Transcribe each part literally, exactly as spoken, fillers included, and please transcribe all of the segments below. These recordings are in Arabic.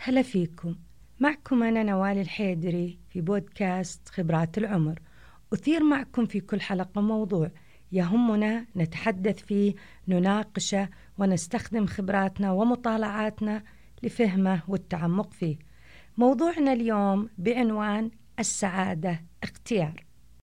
هلا فيكم. معكم أنا نوال الحيدري في بودكاست خبرات العمر. أثير معكم في كل حلقة موضوع يهمنا نتحدث فيه، نناقشه ونستخدم خبراتنا ومطالعاتنا لفهمه والتعمق فيه. موضوعنا اليوم بعنوان السعادة اختيار.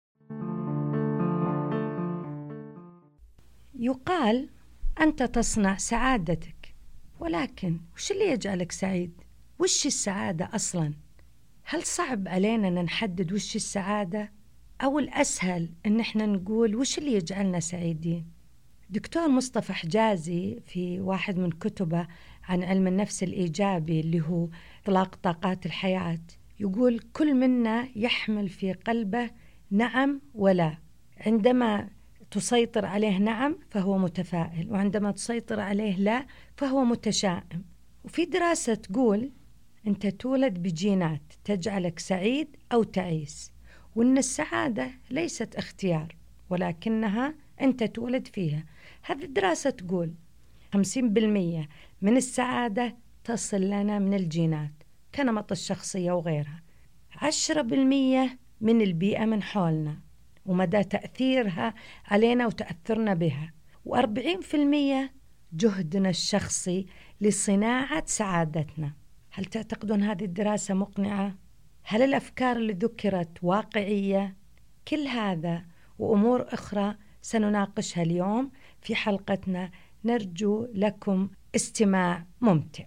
يقال أنت تصنع سعادتك، ولكن وش اللي يجعلك سعيد؟ وش السعادة أصلاً؟ هل صعب علينا أن نحدد وش السعادة؟ أو الأسهل أن احنا نقول وش اللي يجعلنا سعيدين؟ دكتور مصطفى حجازي في واحد من كتبه عن علم النفس الإيجابي اللي هو إطلاق طاقات الحياة يقول كل منا يحمل في قلبه نعم ولا. عندما تسيطر عليه نعم فهو متفائل، وعندما تسيطر عليه لا فهو متشائم. وفي دراسة تقول أنت تولد بجينات تجعلك سعيد أو تعيس، وأن السعادة ليست اختيار ولكنها أنت تولد فيها. هذه الدراسة تقول خمسين بالمئة من السعادة تصل لنا من الجينات كنمط الشخصية وغيرها، عشرة بالمئة من البيئة من حولنا ومدى تأثيرها علينا وتأثرنا بها، وأربعين في المئة جهدنا الشخصي لصناعة سعادتنا. هل تعتقدون هذه الدراسة مقنعة؟ هل الأفكار اللي ذكرت واقعية؟ كل هذا وأمور أخرى سنناقشها اليوم في حلقتنا، نرجو لكم استماع ممتع.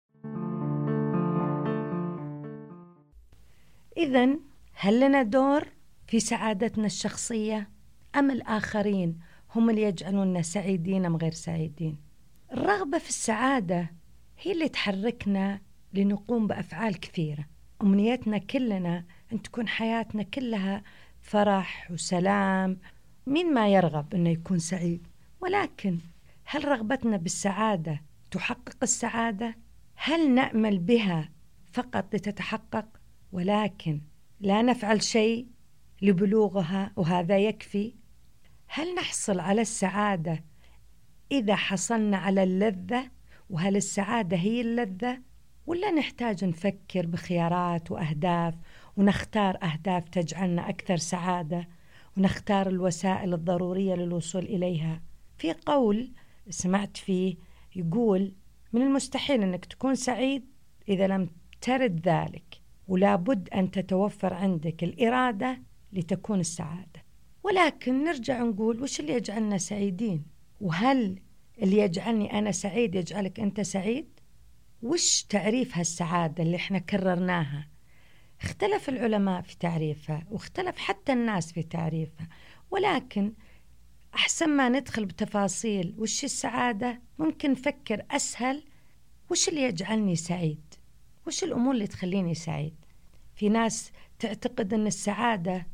إذن هل لنا دور في سعادتنا الشخصية أم الآخرين هم اللي يجعلوننا سعيدين أم غير سعيدين؟ الرغبة في السعادة هي اللي تحركنا لنقوم بأفعال كثيرة. أمنيتنا كلنا أن تكون حياتنا كلها فرح وسلام، مين ما يرغب أنه يكون سعيد، ولكن هل رغبتنا بالسعادة تحقق السعادة؟ هل نأمل بها فقط لتتحقق ولكن لا نفعل شيء لبلوغها وهذا يكفي؟ هل نحصل على السعادة إذا حصلنا على اللذة، وهل السعادة هي اللذة؟ ولا نحتاج نفكر بخيارات وأهداف ونختار أهداف تجعلنا أكثر سعادة ونختار الوسائل الضرورية للوصول إليها؟ في قول سمعت فيه يقول من المستحيل أنك تكون سعيد إذا لم ترد ذلك، ولا بد أن تتوفر عندك الإرادة لتكون السعادة. ولكن نرجع نقول وش اللي يجعلنا سعيدين؟ وهل اللي يجعلني أنا سعيد يجعلك أنت سعيد؟ وش تعريف هالسعادة اللي احنا كررناها؟ اختلف العلماء في تعريفها واختلف حتى الناس في تعريفها، ولكن أحسن ما ندخل بتفاصيل وش السعادة ممكن نفكر أسهل وش اللي يجعلني سعيد، وش الأمور اللي تخليني سعيد. في ناس تعتقد أن السعادة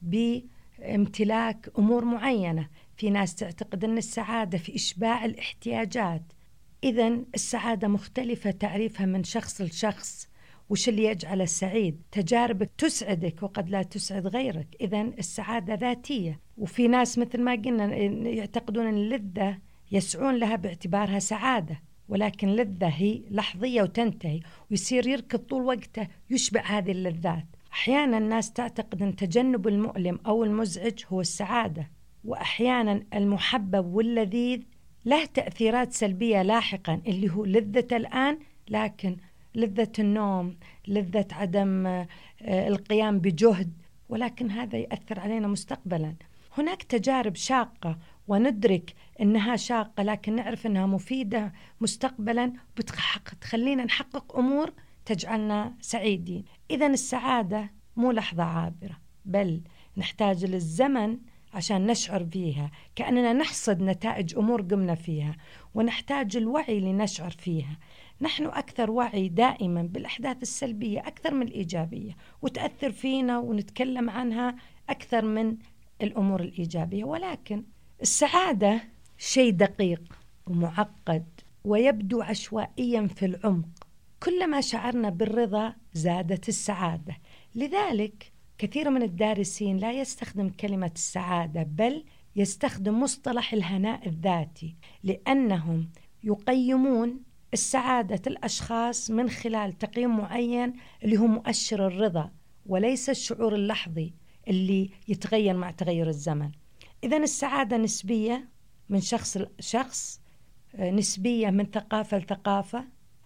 بامتلاك أمور معينة، في ناس تعتقد أن السعادة في إشباع الاحتياجات. إذن السعادة مختلفة تعريفها من شخص لشخص. وش اللي يجعل السعيد؟ تجاربك تسعدك وقد لا تسعد غيرك، إذن السعادة ذاتية. وفي ناس مثل ما قلنا يعتقدون أن اللذة يسعون لها باعتبارها سعادة، ولكن لذة هي لحظية وتنتهي، ويصير يركض طول وقته يشبع هذه اللذات. أحيانا الناس تعتقد أن تجنب المؤلم أو المزعج هو السعادة، وأحيانا المحبب واللذيذ له تأثيرات سلبية لاحقا اللي هو لذة الآن، لكن لذة النوم، لذة عدم القيام بجهد، ولكن هذا يأثر علينا مستقبلا. هناك تجارب شاقة وندرك أنها شاقة لكن نعرف أنها مفيدة مستقبلا، بتخلينا نحقق أمور تجعلنا سعيدين. إذن السعادة مو لحظة عابرة، بل نحتاج للزمن عشان نشعر فيها، كأننا نحصد نتائج أمور قمنا فيها، ونحتاج الوعي لنشعر فيها. نحن أكثر وعي دائما بالأحداث السلبية أكثر من الإيجابية، وتأثر فينا ونتكلم عنها أكثر من الأمور الإيجابية. ولكن السعادة شيء دقيق ومعقد ويبدو عشوائيا في العمق. كلما شعرنا بالرضا زادت السعادة. لذلك كثير من الدارسين لا يستخدم كلمة السعادة، بل يستخدم مصطلح الهناء الذاتي، لأنهم يقيمون السعادة الأشخاص من خلال تقييم معين اللي هو مؤشر الرضا، وليس الشعور اللحظي اللي يتغير مع تغير الزمن. إذن السعادة نسبية من شخص لشخص، نسبية من ثقافة لثقافة،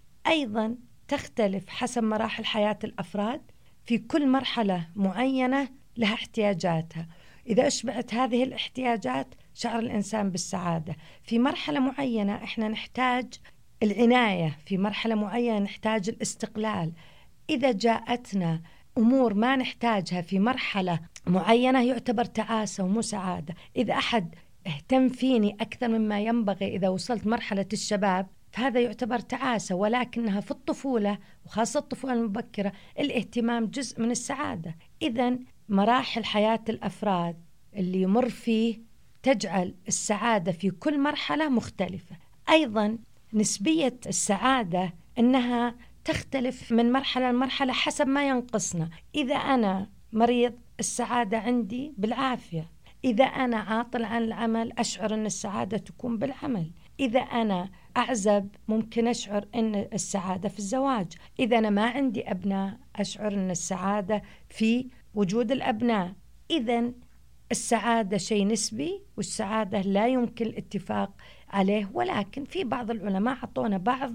أيضا تختلف حسب مراحل حياة الأفراد. في كل مرحلة معينة لها احتياجاتها، إذا أشبعت هذه الاحتياجات شعر الإنسان بالسعادة. في مرحلة معينة إحنا نحتاج العناية، في مرحلة معينة نحتاج الاستقلال. إذا جاءتنا أمور ما نحتاجها في مرحلة معينة يعتبر تعاسة ومو سعادة. إذا أحد اهتم فيني أكثر مما ينبغي إذا وصلت مرحلة الشباب فهذا يعتبر تعاسة، ولكنها في الطفولة وخاصة الطفولة المبكرة الاهتمام جزء من السعادة. إذن مراحل حياة الأفراد اللي يمر فيه تجعل السعادة في كل مرحلة مختلفة. أيضا نسبية السعادة أنها تختلف من مرحلة لمرحلة حسب ما ينقصنا. إذا أنا مريض السعادة عندي بالعافية، إذا أنا عاطل عن العمل أشعر أن السعادة تكون بالعمل، إذا أنا أعزب ممكن أشعر أن السعادة في الزواج، إذا أنا ما عندي أبناء أشعر أن السعادة في وجود الأبناء. إذن السعادة شيء نسبي، والسعادة لا يمكن الاتفاق عليه، ولكن في بعض العلماء عطونا بعض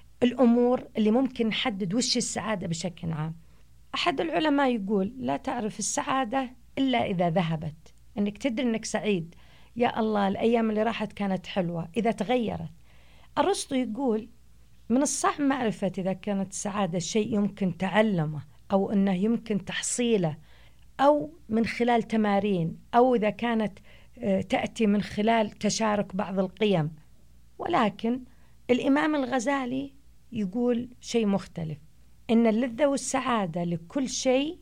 الأمور اللي ممكن نحدد وش السعادة بشكل عام. أحد العلماء يقول لا تعرف السعادة إلا إذا ذهبت، أنك تدري أنك سعيد، يا الله الأيام اللي راحت كانت حلوة، إذا تغيرت. أرسطو يقول من الصعب معرفة إذا كانت السعادة شيء يمكن تعلمه أو أنه يمكن تحصيله أو من خلال تمارين، أو إذا كانت تأتي من خلال تشارك بعض القيم. ولكن الإمام الغزالي يقول شيء مختلف، إن اللذة والسعادة لكل شيء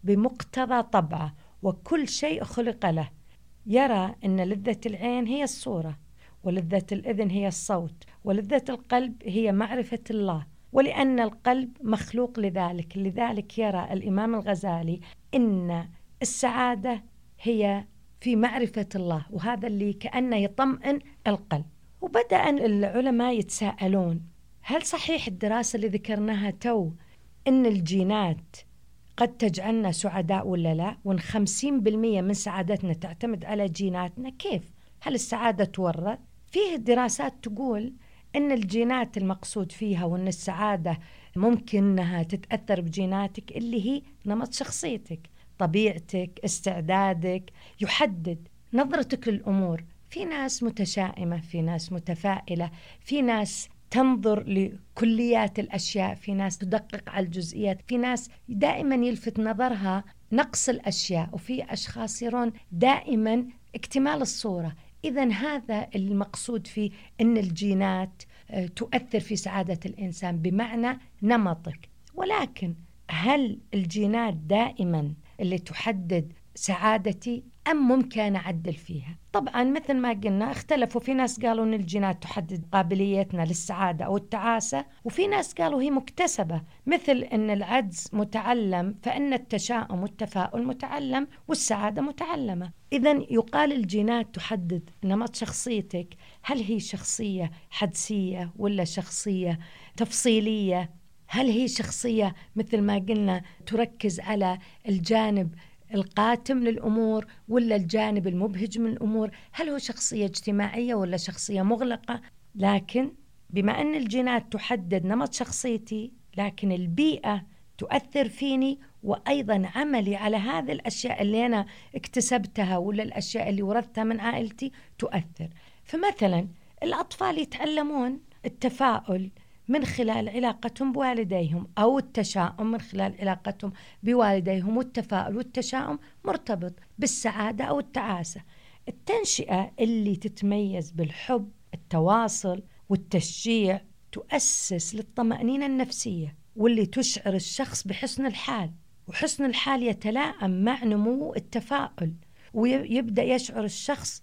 بمقتضى طبعه وكل شيء خلق له. يرى أن لذة العين هي الصورة، ولذة الأذن هي الصوت، ولذة القلب هي معرفة الله، ولأن القلب مخلوق لذلك. لذلك يرى الإمام الغزالي أن السعادة هي في معرفة الله، وهذا اللي كأنه يطمئن القلب. وبدأ العلماء يتساءلون هل صحيح الدراسة اللي ذكرناها تو أن الجينات قد تجعلنا سعداء ولا لا، وأن خمسين بالمئة من سعادتنا تعتمد على جيناتنا؟ كيف؟ هل السعادة تورث؟ فيه دراسات تقول أن الجينات المقصود فيها وأن السعادة ممكن أنها تتأثر بجيناتك اللي هي نمط شخصيتك، طبيعتك، استعدادك، يحدد نظرتك للأمور. في ناس متشائمة، في ناس متفائلة، في ناس تنظر لكليات الأشياء، في ناس تدقق على الجزئيات، في ناس دائما يلفت نظرها نقص الأشياء، وفي أشخاص يرون دائما اكتمال الصورة. إذن هذا المقصود فيه أن الجينات تؤثر في سعادة الإنسان بمعنى نمطك. ولكن هل الجينات دائما اللي تحدد سعادتي أم ممكن أعدل فيها؟ طبعا مثل ما قلنا اختلفوا، في ناس قالوا أن الجينات تحدد قابليتنا للسعادة أو التعاسة، وفي ناس قالوا هي مكتسبة، مثل أن العجز متعلم فإن التشاؤم والتفاؤل متعلم والسعادة متعلمة. إذن يقال الجينات تحدد نمط شخصيتك، هل هي شخصية حدسية ولا شخصية تفصيلية؟ هل هي شخصية مثل ما قلنا تركز على الجانب القاتم للأمور ولا الجانب المبهج من الأمور؟ هل هو شخصية اجتماعية ولا شخصية مغلقة؟ لكن بما أن الجينات تحدد نمط شخصيتي، لكن البيئة تؤثر فيني، وأيضا عملي على هذه الأشياء اللي أنا اكتسبتها ولا الأشياء اللي ورثتها من عائلتي تؤثر. فمثلا الأطفال يتعلمون التفاؤل من خلال علاقتهم بوالديهم، أو التشاؤم من خلال علاقتهم بوالديهم، والتفاؤل والتشاؤم مرتبط بالسعادة أو التعاسة. التنشئة اللي تتميز بالحب، التواصل والتشجيع تؤسس للطمأنينة النفسية، واللي تشعر الشخص بحسن الحال، وحسن الحال يتلائم مع نمو التفاؤل، ويبدأ يشعر الشخص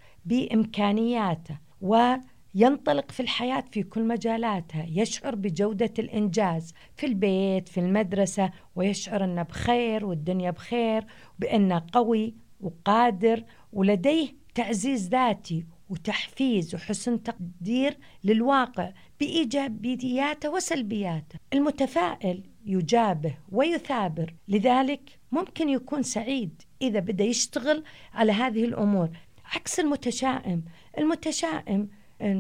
بإمكانياته وينطلق في الحياة في كل مجالاتها، يشعر بجودة الإنجاز في البيت في المدرسة، ويشعر أنه بخير والدنيا بخير، بأنه قوي وقادر ولديه تعزيز ذاتي وتحفيز وحسن تقدير للواقع بإيجابياته وسلبياته. المتفائل يجابه ويثابر، لذلك ممكن يكون سعيد إذا بدأ يشتغل على هذه الأمور، عكس المتشائم. المتشائم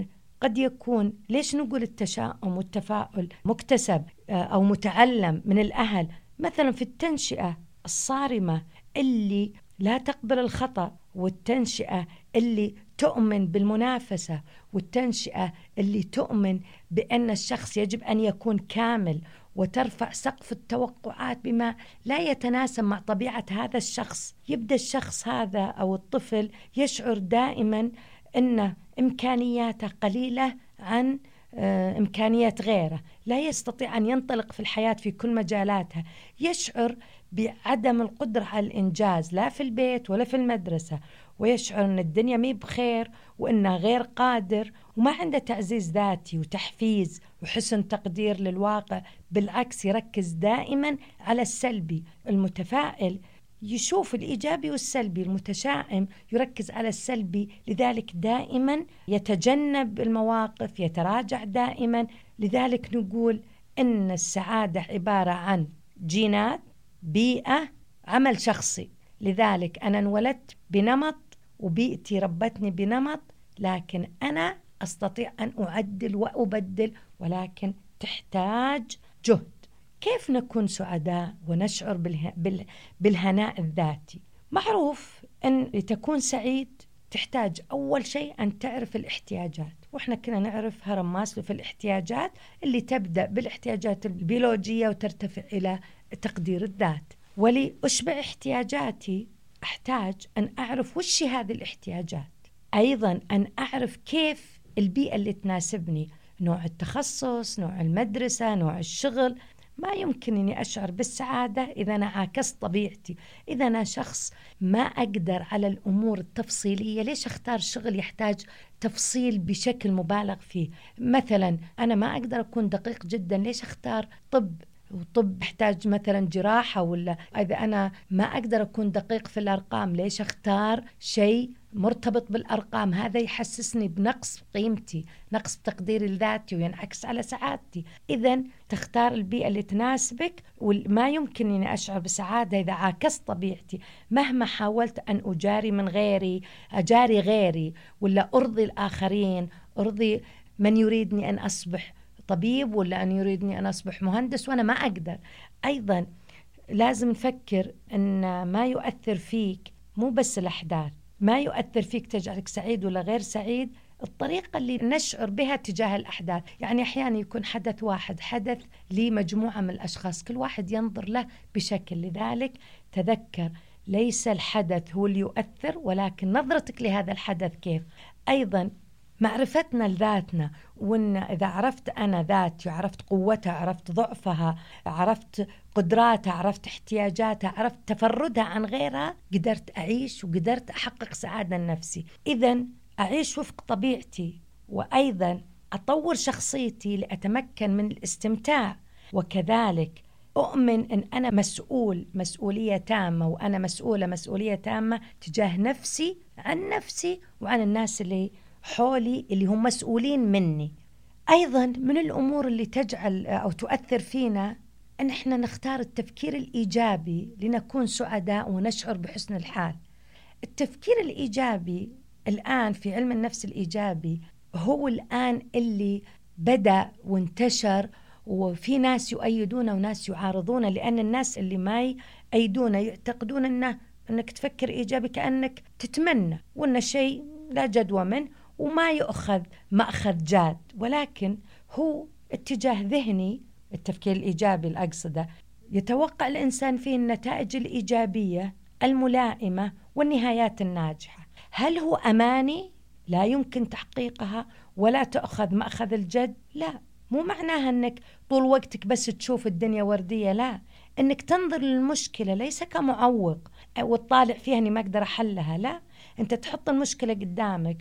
قد يكون، ليش نقول التشاؤم والتفاؤل مكتسب أو متعلم من الأهل؟ مثلا في التنشئة الصارمة اللي لا تقبل الخطأ، والتنشئة اللي تؤمن بالمنافسة، والتنشئة اللي تؤمن بأن الشخص يجب أن يكون كامل، وترفع سقف التوقعات بما لا يتناسب مع طبيعة هذا الشخص. يبدأ الشخص هذا أو الطفل يشعر دائما أن إمكانياته قليلة عن إمكانيات غيره، لا يستطيع أن ينطلق في الحياة في كل مجالاتها، يشعر بعدم القدرة على الإنجاز لا في البيت ولا في المدرسة، ويشعر أن الدنيا مي بخير وأنه غير قادر، وما عنده تعزيز ذاتي وتحفيز وحسن تقدير للواقع، بالعكس يركز دائما على السلبي. المتفائل يشوف الإيجابي والسلبي، المتشائم يركز على السلبي، لذلك دائما يتجنب المواقف، يتراجع دائما. لذلك نقول إن السعادة عبارة عن جينات، بيئة، عمل شخصي. لذلك أنا انولدت بنمط وبيئتي ربتني بنمط، لكن أنا أستطيع أن أعدل وأبدل، ولكن تحتاج جهد. كيف نكون سعداء ونشعر باله... بال... بالهناء الذاتي؟ معروف أن لتكون سعيد تحتاج أول شيء أن تعرف الاحتياجات، وإحنا كنا نعرف هرم ماسلو في الاحتياجات اللي تبدأ بالاحتياجات البيولوجية وترتفع إلى تقدير الذات. ولأشبع احتياجاتي أحتاج أن أعرف وش هذه الاحتياجات، أيضا أن أعرف كيف البيئة اللي تناسبني، نوع التخصص، نوع المدرسة، نوع الشغل. ما يمكن أني أشعر بالسعادة إذا أنا عاكست طبيعتي. إذا أنا شخص ما أقدر على الأمور التفصيلية، ليش أختار شغل يحتاج تفصيل بشكل مبالغ فيه؟ مثلا أنا ما أقدر أكون دقيق جدا، ليش أختار طب وطب يحتاج مثلا جراحة؟ ولا إذا أنا ما أقدر أكون دقيق في الأرقام، ليش أختار شيء مرتبط بالأرقام؟ هذا يحسسني بنقص قيمتي، نقص بتقديري الذاتي، وينعكس على سعادتي. إذن تختار البيئة اللي تناسبك. وما يمكن أن أشعر بسعادة إذا عاكست طبيعتي، مهما حاولت أن أجاري من غيري، أجاري غيري، ولا أرضي الآخرين، أرضي من يريدني أن أصبح طبيب، ولا أن يريدني أن أصبح مهندس، وأنا ما أقدر. أيضا لازم نفكر أن ما يؤثر فيك مو بس الأحداث، ما يؤثر فيك تجعلك سعيد ولا غير سعيد الطريقة اللي نشعر بها تجاه الأحداث. يعني أحيانا يكون حدث واحد حدث لمجموعة من الأشخاص، كل واحد ينظر له بشكل. لذلك تذكر ليس الحدث هو اللي يؤثر، ولكن نظرتك لهذا الحدث كيف. أيضا معرفتنا لذاتنا، وإن إذا عرفت أنا ذاتي، عرفت قوتها، عرفت ضعفها، عرفت قدراتها، عرفت احتياجاتها، عرفت تفردها عن غيرها، قدرت أعيش وقدرت أحقق سعادة لنفسي. إذن أعيش وفق طبيعتي، وأيضا أطور شخصيتي لأتمكن من الاستمتاع. وكذلك أؤمن أن أنا مسؤول مسؤولية تامة، وأنا مسؤولة مسؤولية تامة تجاه نفسي، عن نفسي وعن الناس اللي حولي اللي هم مسؤولين مني. أيضا من الأمور اللي تجعل أو تؤثر فينا أن إحنا نختار التفكير الإيجابي لنكون سعداء ونشعر بحسن الحال. التفكير الإيجابي الآن في علم النفس الإيجابي هو الآن اللي بدأ وانتشر، وفي ناس يؤيدونه وناس يعارضونه، لأن الناس اللي ما يؤيدونه يعتقدون أنه أنك تفكر إيجابي كأنك تتمنى، وأن شيء لا جدوى منه وما يؤخذ مأخذ جاد، ولكن هو اتجاه ذهني. التفكير الإيجابي الأقصده يتوقع الإنسان فيه النتائج الإيجابية الملائمة والنهايات الناجحة. هل هو أماني لا يمكن تحقيقها ولا تأخذ مأخذ الجد؟ لا، مو معناها أنك طول وقتك بس تشوف الدنيا وردية، لا، أنك تنظر للمشكلة ليس كمعوق وتطالع فيها أني ما أقدر أحلها، لا، أنت تحط المشكلة قدامك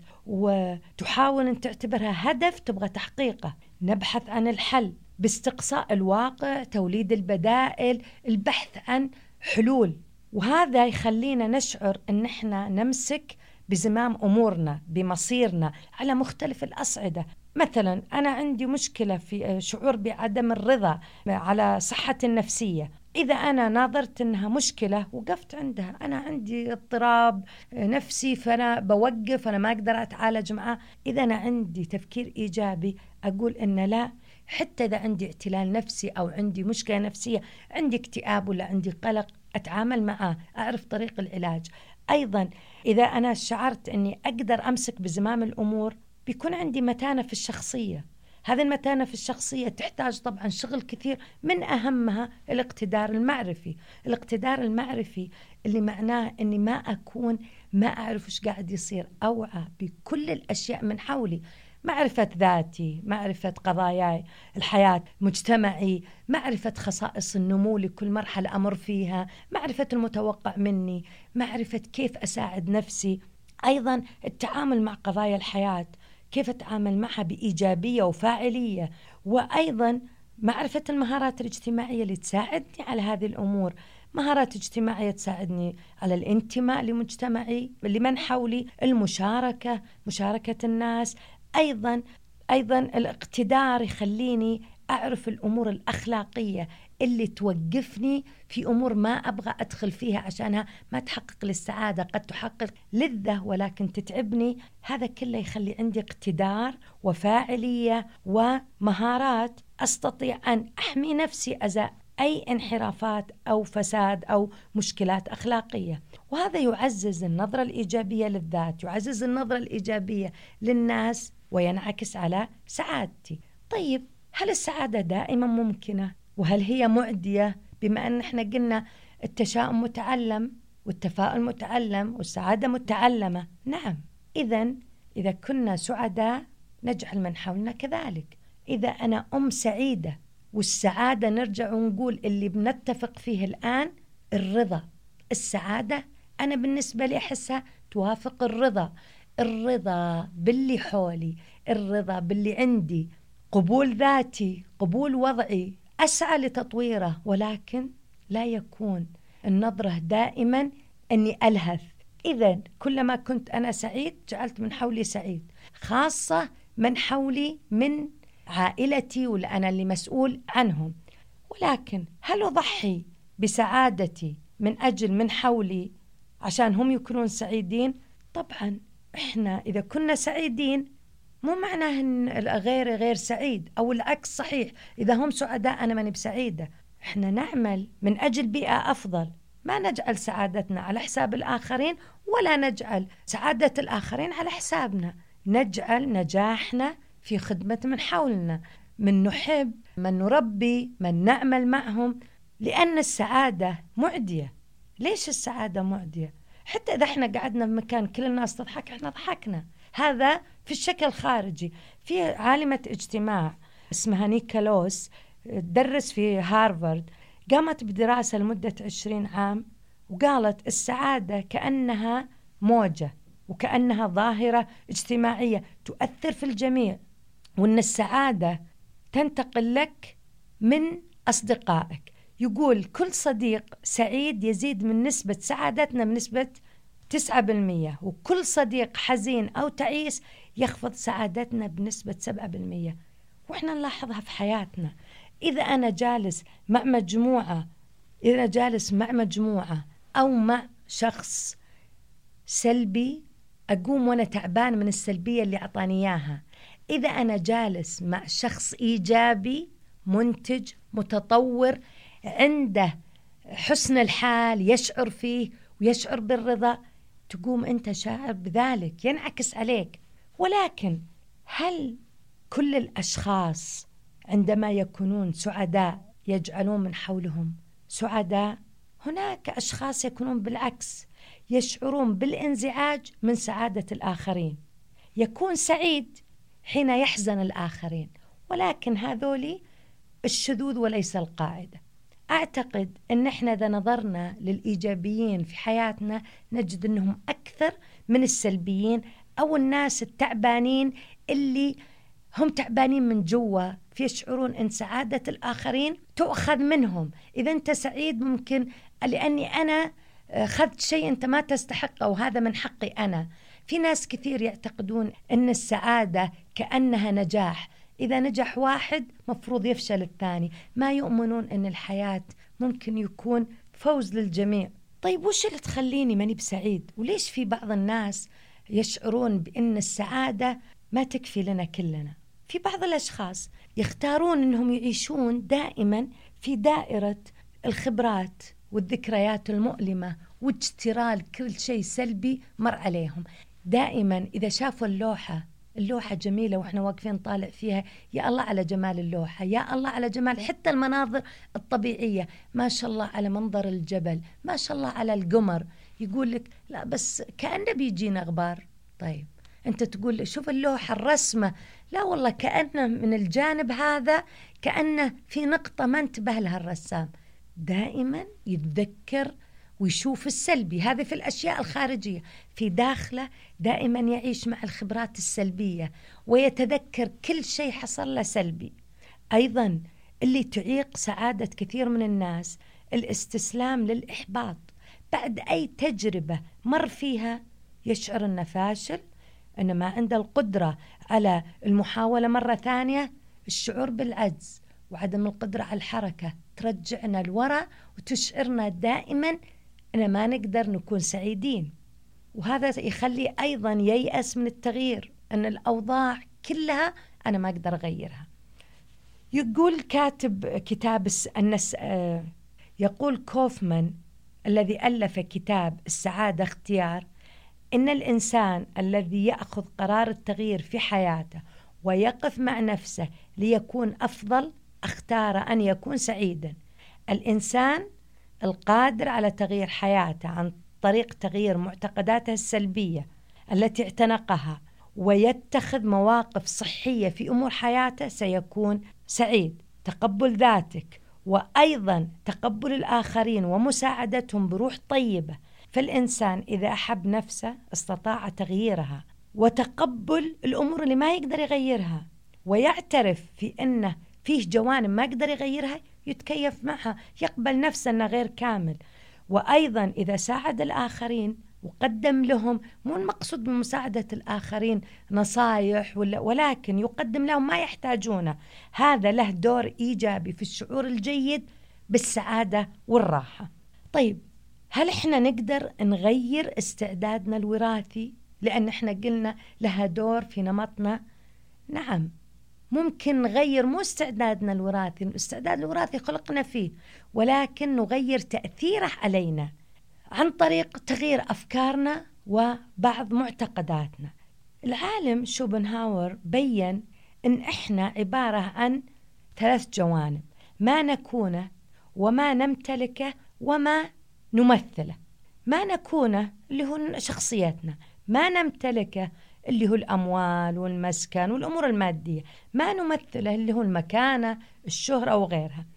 وتحاول أن تعتبرها هدف تبغى تحقيقه. نبحث عن الحل باستقصاء الواقع، توليد البدائل، البحث عن حلول، وهذا يخلينا نشعر أن احنا نمسك بزمام أمورنا، بمصيرنا على مختلف الأصعدة. مثلا أنا عندي مشكلة في شعور بعدم الرضا على صحتي النفسية، إذا أنا ناظرت أنها مشكلة وقفت عندها، أنا عندي اضطراب نفسي فأنا بوقف، أنا ما أقدر أتعالج معه. إذا أنا عندي تفكير إيجابي أقول إن لا، حتى إذا عندي اعتلال نفسي أو عندي مشكلة نفسية، عندي اكتئاب ولا عندي قلق، أتعامل معه، أعرف طريق العلاج. أيضا إذا أنا شعرت أني أقدر أمسك بزمام الأمور، بيكون عندي متانة في الشخصية. هذه المتانة في الشخصية تحتاج طبعا شغل كثير، من أهمها الاقتدار المعرفي. الاقتدار المعرفي اللي معناه أني ما أكون ما أعرف وش قاعد يصير، أوعى بكل الأشياء من حولي، معرفة ذاتي، معرفة قضاياي الحياة، مجتمعي، معرفة خصائص النمو لكل مرحلة أمر فيها، معرفة المتوقع مني، معرفة كيف أساعد نفسي. أيضا التعامل مع قضايا الحياة، كيف أتعامل معها بإيجابية وفاعلية. وأيضا معرفة المهارات الاجتماعية اللي تساعدني على هذه الأمور، مهارات اجتماعية تساعدني على الانتماء لمجتمعي لمن حولي، المشاركة، مشاركة الناس. أيضا أيضا الاقتدار يخليني أعرف الأمور الأخلاقية اللي توقفني في أمور ما أبغى أدخل فيها عشانها ما تحقق لي السعادة، قد تحقق لذة ولكن تتعبني. هذا كله يخلي عندي اقتدار وفاعلية ومهارات أستطيع أن أحمي نفسي أزاء أي انحرافات أو فساد أو مشكلات أخلاقية. وهذا يعزز النظرة الإيجابية للذات، يعزز النظرة الإيجابية للناس، وينعكس على سعادتي. طيب، هل السعادة دائما ممكنة؟ وهل هي معدية؟ بما أن احنا قلنا التشاؤم متعلم والتفاؤل متعلم والسعادة متعلمة. نعم، إذن إذا كنا سعداء نجعل من حولنا كذلك. إذا أنا أم سعيدة، والسعادة نرجع ونقول اللي بنتفق فيه الآن الرضا. السعادة أنا بالنسبة لي أحسها توافق الرضا، الرضا باللي حولي، الرضا باللي عندي، قبول ذاتي، قبول وضعي، أسعى لتطويره، ولكن لا يكون النظرة دائما أني ألهث. إذن كلما كنت أنا سعيد جعلت من حولي سعيد، خاصة من حولي من عائلتي ولا أنا اللي مسؤول عنهم. ولكن هل أضحي بسعادتي من أجل من حولي عشان هم يكونون سعيدين؟ طبعا إحنا إذا كنا سعيدين مو معناه أن غير غير سعيد، أو العكس صحيح، إذا هم سعداء أنا ماني بسعيدة. إحنا نعمل من أجل بيئة أفضل، ما نجعل سعادتنا على حساب الآخرين ولا نجعل سعادة الآخرين على حسابنا. نجعل نجاحنا في خدمة من حولنا، من نحب، من نربي، من نعمل معهم، لأن السعادة معدية. ليش السعادة معدية؟ حتى إذا احنا قعدنا بمكان كل الناس تضحك احنا ضحكنا، هذا في الشكل الخارجي. في عالمة اجتماع اسمها نيكولوس تدرس في هارفارد، قامت بدراسة لمدة عشرين عام، وقالت السعادة كأنها موجة وكأنها ظاهرة اجتماعية تؤثر في الجميع، وأن السعادة تنتقل لك من أصدقائك. يقول كل صديق سعيد يزيد من نسبة سعادتنا بنسبة تسعة بالمية، وكل صديق حزين أو تعيس يخفض سعادتنا بنسبة سبعة بالمية. وإحنا نلاحظها في حياتنا. إذا أنا جالس مع مجموعة إذا أنا جالس مع مجموعة أو مع شخص سلبي، أقوم وأنا تعبان من السلبية اللي أعطاني إياها. إذا أنا جالس مع شخص إيجابي منتج متطور عنده حسن الحال يشعر فيه ويشعر بالرضا، تقوم أنت شاعر بذلك، ينعكس عليك. ولكن هل كل الأشخاص عندما يكونون سعداء يجعلون من حولهم سعداء؟ هناك أشخاص يكونون بالعكس، يشعرون بالانزعاج من سعادة الآخرين. يكون سعيد حين يحزن الآخرين، ولكن هذولي الشذوذ وليس القاعدة. أعتقد أن إحنا إذا نظرنا للإيجابيين في حياتنا نجد أنهم أكثر من السلبيين أو الناس التعبانين اللي هم تعبانين من جوا، فيشعرون أن سعادة الآخرين تؤخذ منهم. إذا أنت سعيد ممكن لأني أنا خذت شيء أنت ما تستحقه وهذا من حقي أنا، في ناس كثير يعتقدون أن السعادة كأنها نجاح، إذا نجح واحد مفروض يفشل الثاني، ما يؤمنون أن الحياة ممكن يكون فوز للجميع. طيب وش اللي تخليني ماني بسعيد؟ وليش في بعض الناس يشعرون بأن السعادة ما تكفي لنا كلنا؟ في بعض الأشخاص يختارون أنهم يعيشون دائما في دائرة الخبرات والذكريات المؤلمة واجترال كل شيء سلبي مر عليهم. دائما إذا شافوا اللوحة اللوحة جميلة وإحنا واقفين طالع فيها، يا الله على جمال اللوحة، يا الله على جمال حتى المناظر الطبيعية، ما شاء الله على منظر الجبل، ما شاء الله على القمر، يقول لك لا بس كأنه بيجينا غبار. طيب أنت تقول شوف اللوحة الرسمة، لا والله كأنه من الجانب هذا كأنه في نقطة ما انتبه لها الرسام. دائما يتذكر ويشوف السلبي، هذه في الأشياء الخارجية، في داخله دائما يعيش مع الخبرات السلبية ويتذكر كل شيء حصل له سلبي. أيضا اللي تعيق سعادة كثير من الناس الاستسلام للإحباط. بعد أي تجربة مر فيها يشعر أنه فاشل، أنه ما عنده القدرة على المحاولة مرة ثانية. الشعور بالعجز وعدم القدرة على الحركة ترجعنا لورا وتشعرنا دائما أن ما نقدر نكون سعيدين، وهذا يخلي أيضا ييأس من التغيير، أن الأوضاع كلها أنا ما أقدر أغيرها. يقول كاتب كتاب النس... يقول كوفمان الذي ألف كتاب السعادة اختيار، إن الإنسان الذي يأخذ قرار التغيير في حياته ويقف مع نفسه ليكون أفضل اختار أن يكون سعيدا. الإنسان القادر على تغيير حياته عن طريق تغيير معتقداته السلبية التي اعتنقها ويتخذ مواقف صحية في أمور حياته سيكون سعيد. تقبل ذاتك وأيضا تقبل الآخرين ومساعدتهم بروح طيبة. فالإنسان إذا أحب نفسه استطاع تغييرها وتقبل الأمور اللي ما يقدر يغيرها، ويعترف في أنه فيه جوانب ما يقدر يغيرها يتكيف معها، يقبل نفسه أنه غير كامل. وأيضا إذا ساعد الآخرين وقدم لهم، مو المقصود بمساعدة الآخرين نصايح ولا، ولكن يقدم لهم ما يحتاجونه، هذا له دور إيجابي في الشعور الجيد بالسعادة والراحة. طيب هل إحنا نقدر نغير استعدادنا الوراثي؟ لأن إحنا قلنا لها دور في نمطنا. نعم ممكن نغير مو استعدادنا الوراثي، الاستعداد الوراثي خلقنا فيه، ولكن نغير تأثيره علينا عن طريق تغيير أفكارنا وبعض معتقداتنا. العالم شوبنهاور بيّن إن إحنا عبارة عن ثلاث جوانب: ما نكونه وما نمتلكه وما نمثله. ما نكونه اللي هو شخصيتنا، ما نمتلكه اللي هو الأموال والمسكن والأمور المادية، ما نمثله اللي هو المكانة الشهرة وغيرها.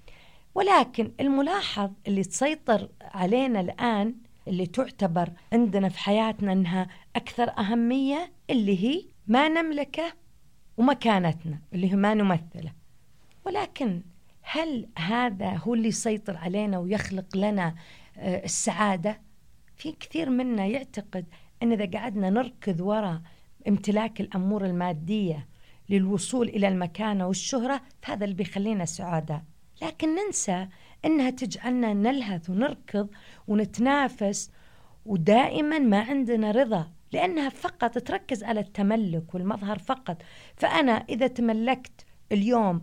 ولكن الملاحظ اللي تسيطر علينا الآن اللي تعتبر عندنا في حياتنا أنها أكثر أهمية اللي هي ما نملكه ومكانتنا اللي هو ما نمثله. ولكن هل هذا هو اللي يسيطر علينا ويخلق لنا السعادة؟ في كثير منا يعتقد أن إذا قعدنا نركض وراء امتلاك الأمور المادية للوصول إلى المكانة والشهرة فهذا اللي بيخلينا سعادة، لكن ننسى أنها تجعلنا نلهث ونركض ونتنافس ودائما ما عندنا رضا، لأنها فقط تركز على التملك والمظهر فقط. فأنا إذا تملكت اليوم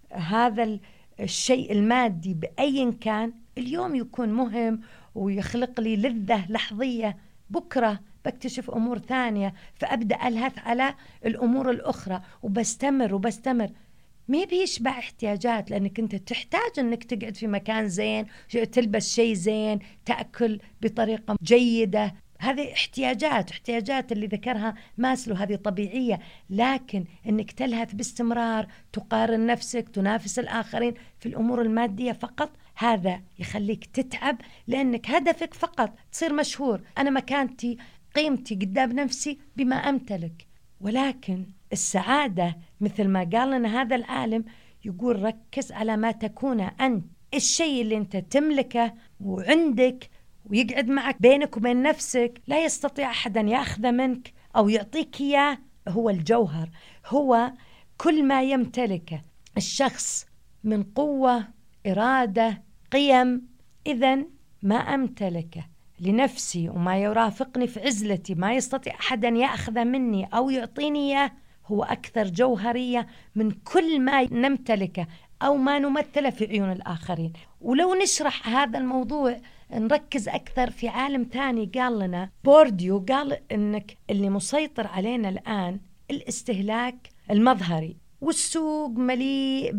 هذا الشيء المادي بأي كان، اليوم يكون مهم ويخلق لي لذة لحظية، بكرة بكتشف أمور ثانية فأبدأ ألهث على الأمور الأخرى وبستمر وبستمر. ما بيشبع احتياجات، لأنك أنت تحتاج أنك تقعد في مكان زين، تلبس شيء زين، تأكل بطريقة جيدة، هذه احتياجات احتياجات اللي ذكرها ماسلو، هذه طبيعية. لكن أنك تلهث باستمرار، تقارن نفسك، تنافس الآخرين في الأمور المادية فقط، هذا يخليك تتعب، لأنك هدفك فقط تصير مشهور، أنا مكانتي قيمتي قدام نفسي بما أمتلك. ولكن السعادة مثل ما قال لنا هذا العالم، يقول ركز على ما تكون أنت، الشيء اللي أنت تملكه وعندك ويقعد معك بينك وبين نفسك، لا يستطيع أحدا يأخذ منك أو يعطيك إياه هو الجوهر، هو كل ما يمتلكه الشخص من قوة، إرادة، قيم. إذن ما أمتلكه لنفسي وما يرافقني في عزلتي، ما يستطيع أحد أن يأخذ مني أو يعطيني إياه، هو أكثر جوهرية من كل ما نمتلكه أو ما نمثله في عيون الآخرين. ولو نشرح هذا الموضوع نركز أكثر في عالم ثاني قال لنا بورديو، قال إنك اللي مسيطر علينا الآن الاستهلاك المظهري، والسوق مليء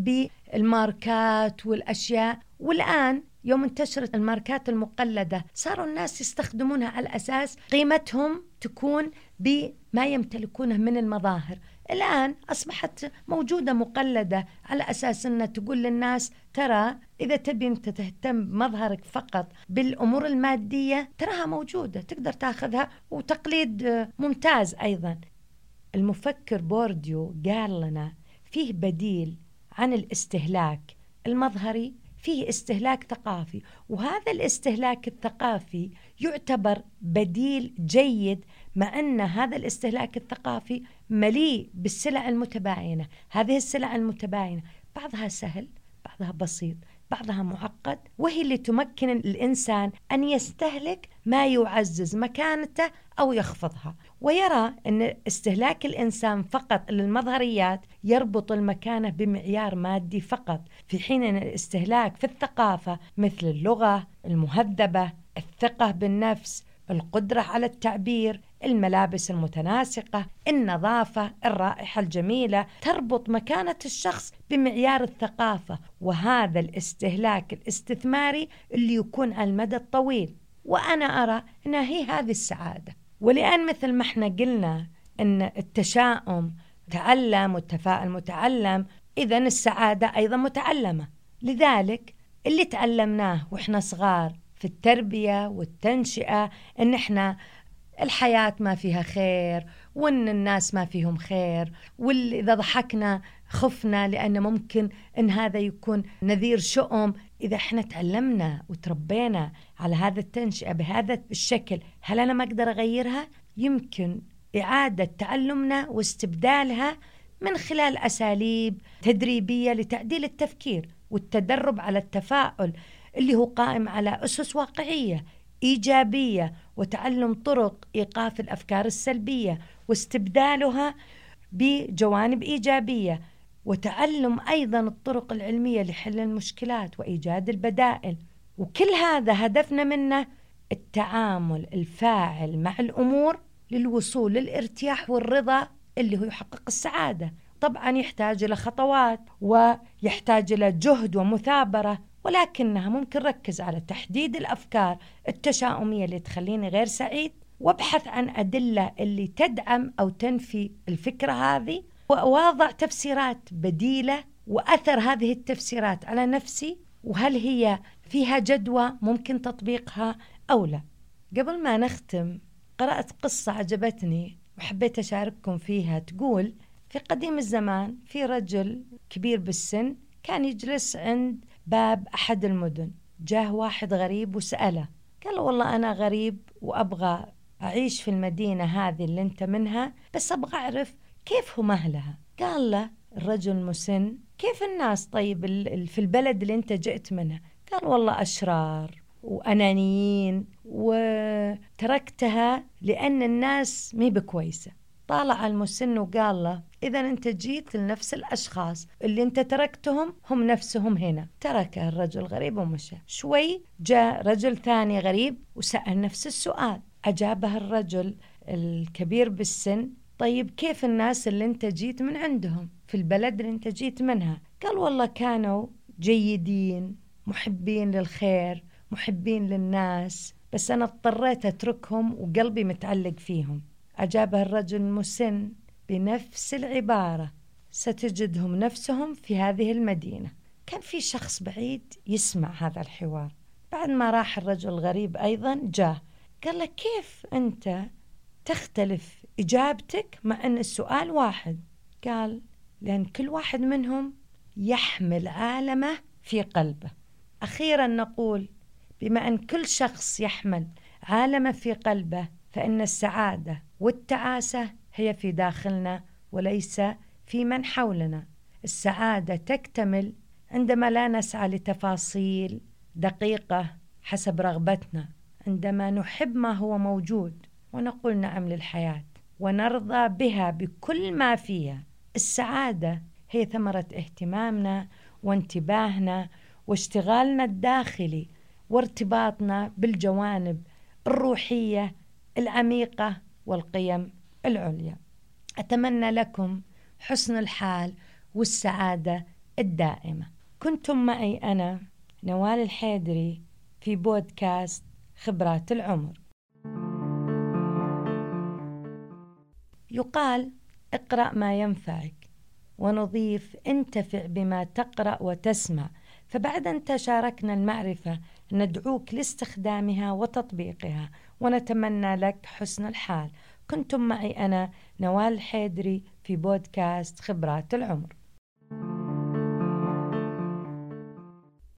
بالماركات والأشياء. والآن يوم انتشرت الماركات المقلدة صاروا الناس يستخدمونها على أساس قيمتهم تكون بما يمتلكونه من المظاهر. الآن أصبحت موجودة مقلدة على أساس أنها تقول للناس ترى إذا تبي أنت تهتم بمظهرك فقط بالأمور المادية تراها موجودة تقدر تاخذها، وتقليد ممتاز. أيضا المفكر بورديو قال لنا فيه بديل عن الاستهلاك المظهري، فيه استهلاك ثقافي، وهذا الاستهلاك الثقافي يعتبر بديل جيد، مع أن هذا الاستهلاك الثقافي مليء بالسلع المتباينة. هذه السلع المتباينة بعضها سهل، بعضها بسيط، بعضها معقد، وهي اللي تمكن الإنسان أن يستهلك ما يعزز مكانته أو يخفضها، ويرى أن استهلاك الإنسان فقط للمظهريات يربط المكانة بمعيار مادي فقط، في حين أن الاستهلاك في الثقافة مثل اللغة المهذبة، الثقة بالنفس، القدرة على التعبير، الملابس المتناسقة، النظافة، الرائحة الجميلة، تربط مكانة الشخص بمعيار الثقافة. وهذا الاستهلاك الاستثماري اللي يكون على المدى الطويل، وأنا أرى أنها هي هذه السعادة. ولأن مثل ما احنا قلنا أن التشاؤم تعلم والتفاؤل متعلم، إذن السعادة أيضا متعلمة. لذلك اللي تعلمناه وإحنا صغار في التربية والتنشئة أن إحنا الحياة ما فيها خير، وأن الناس ما فيهم خير، وإذا ضحكنا خفنا لأن ممكن أن هذا يكون نذير شؤم. إذا إحنا تعلمنا وتربينا على هذا التنشئة بهذا الشكل، هل أنا ما أقدر أغيرها؟ يمكن إعادة تعلمنا واستبدالها من خلال أساليب تدريبية لتعديل التفكير والتدرب على التفاؤل اللي هو قائم على أسس واقعية إيجابية، وتعلم طرق إيقاف الأفكار السلبية واستبدالها بجوانب إيجابية، وتعلم أيضا الطرق العلمية لحل المشكلات وإيجاد البدائل. وكل هذا هدفنا منه التعامل الفاعل مع الأمور للوصول للارتياح والرضا اللي هو يحقق السعادة. طبعا يحتاج إلى خطوات ويحتاج إلى جهد ومثابرة، ولكنها ممكن ركز على تحديد الأفكار التشاؤمية اللي تخليني غير سعيد، وابحث عن أدلة اللي تدعم أو تنفي الفكرة هذه، وأوضع تفسيرات بديلة وأثر هذه التفسيرات على نفسي، وهل هي فيها جدوى ممكن تطبيقها أو لا. قبل ما نختم قرأت قصة عجبتني وحبيت أشارككم فيها. تقول في قديم الزمان في رجل كبير بالسن كان يجلس عند باب أحد المدن. جاه واحد غريب وسأله، قال له والله أنا غريب وأبغى أعيش في المدينة هذه اللي أنت منها، بس أبغى أعرف كيف هم أهلها. قال له الرجل المسن كيف الناس طيب في البلد اللي أنت جئت منها؟ قال والله أشرار وأنانيين وتركتها لأن الناس مي بكويسة. طالع المسن وقال له إذا أنت جيت لنفس الأشخاص اللي أنت تركتهم هم نفسهم هنا. ترك الرجل غريب ومشى. شوي جاء رجل ثاني غريب وسأل نفس السؤال. أجابه الرجل الكبير بالسن طيب كيف الناس اللي أنت جيت من عندهم في البلد اللي أنت جيت منها؟ قال والله كانوا جيدين، محبين للخير، محبين للناس، بس أنا اضطريت أتركهم وقلبي متعلق فيهم. أجابه الرجل المسن بنفس العبارة ستجدهم نفسهم في هذه المدينة. كان في شخص بعيد يسمع هذا الحوار. بعد ما راح الرجل الغريب أيضا جاء قال له كيف أنت تختلف إجابتك مع أن السؤال واحد؟ قال لأن كل واحد منهم يحمل عالمه في قلبه. أخيرا نقول بما أن كل شخص يحمل عالمه في قلبه، فإن السعادة والتعاسة هي في داخلنا وليس في من حولنا. السعادة تكتمل عندما لا نسعى لتفاصيل دقيقة حسب رغبتنا، عندما نحب ما هو موجود ونقول نعم للحياة ونرضى بها بكل ما فيها. السعادة هي ثمرة اهتمامنا وانتباهنا واشتغالنا الداخلي وارتباطنا بالجوانب الروحية العميقة والقيم العليا. أتمنى لكم حسن الحال والسعادة الدائمة. كنتم معي أنا نوال الحيدري في بودكاست خبرات العمر. يقال اقرأ ما ينفعك، ونضيف انتفع بما تقرأ وتسمع. فبعد أن تشاركنا المعرفة ندعوك لاستخدامها وتطبيقها، ونتمنى لك حسن الحال. كنتم معي أنا نوال الحيدري في بودكاست خبرات العمر.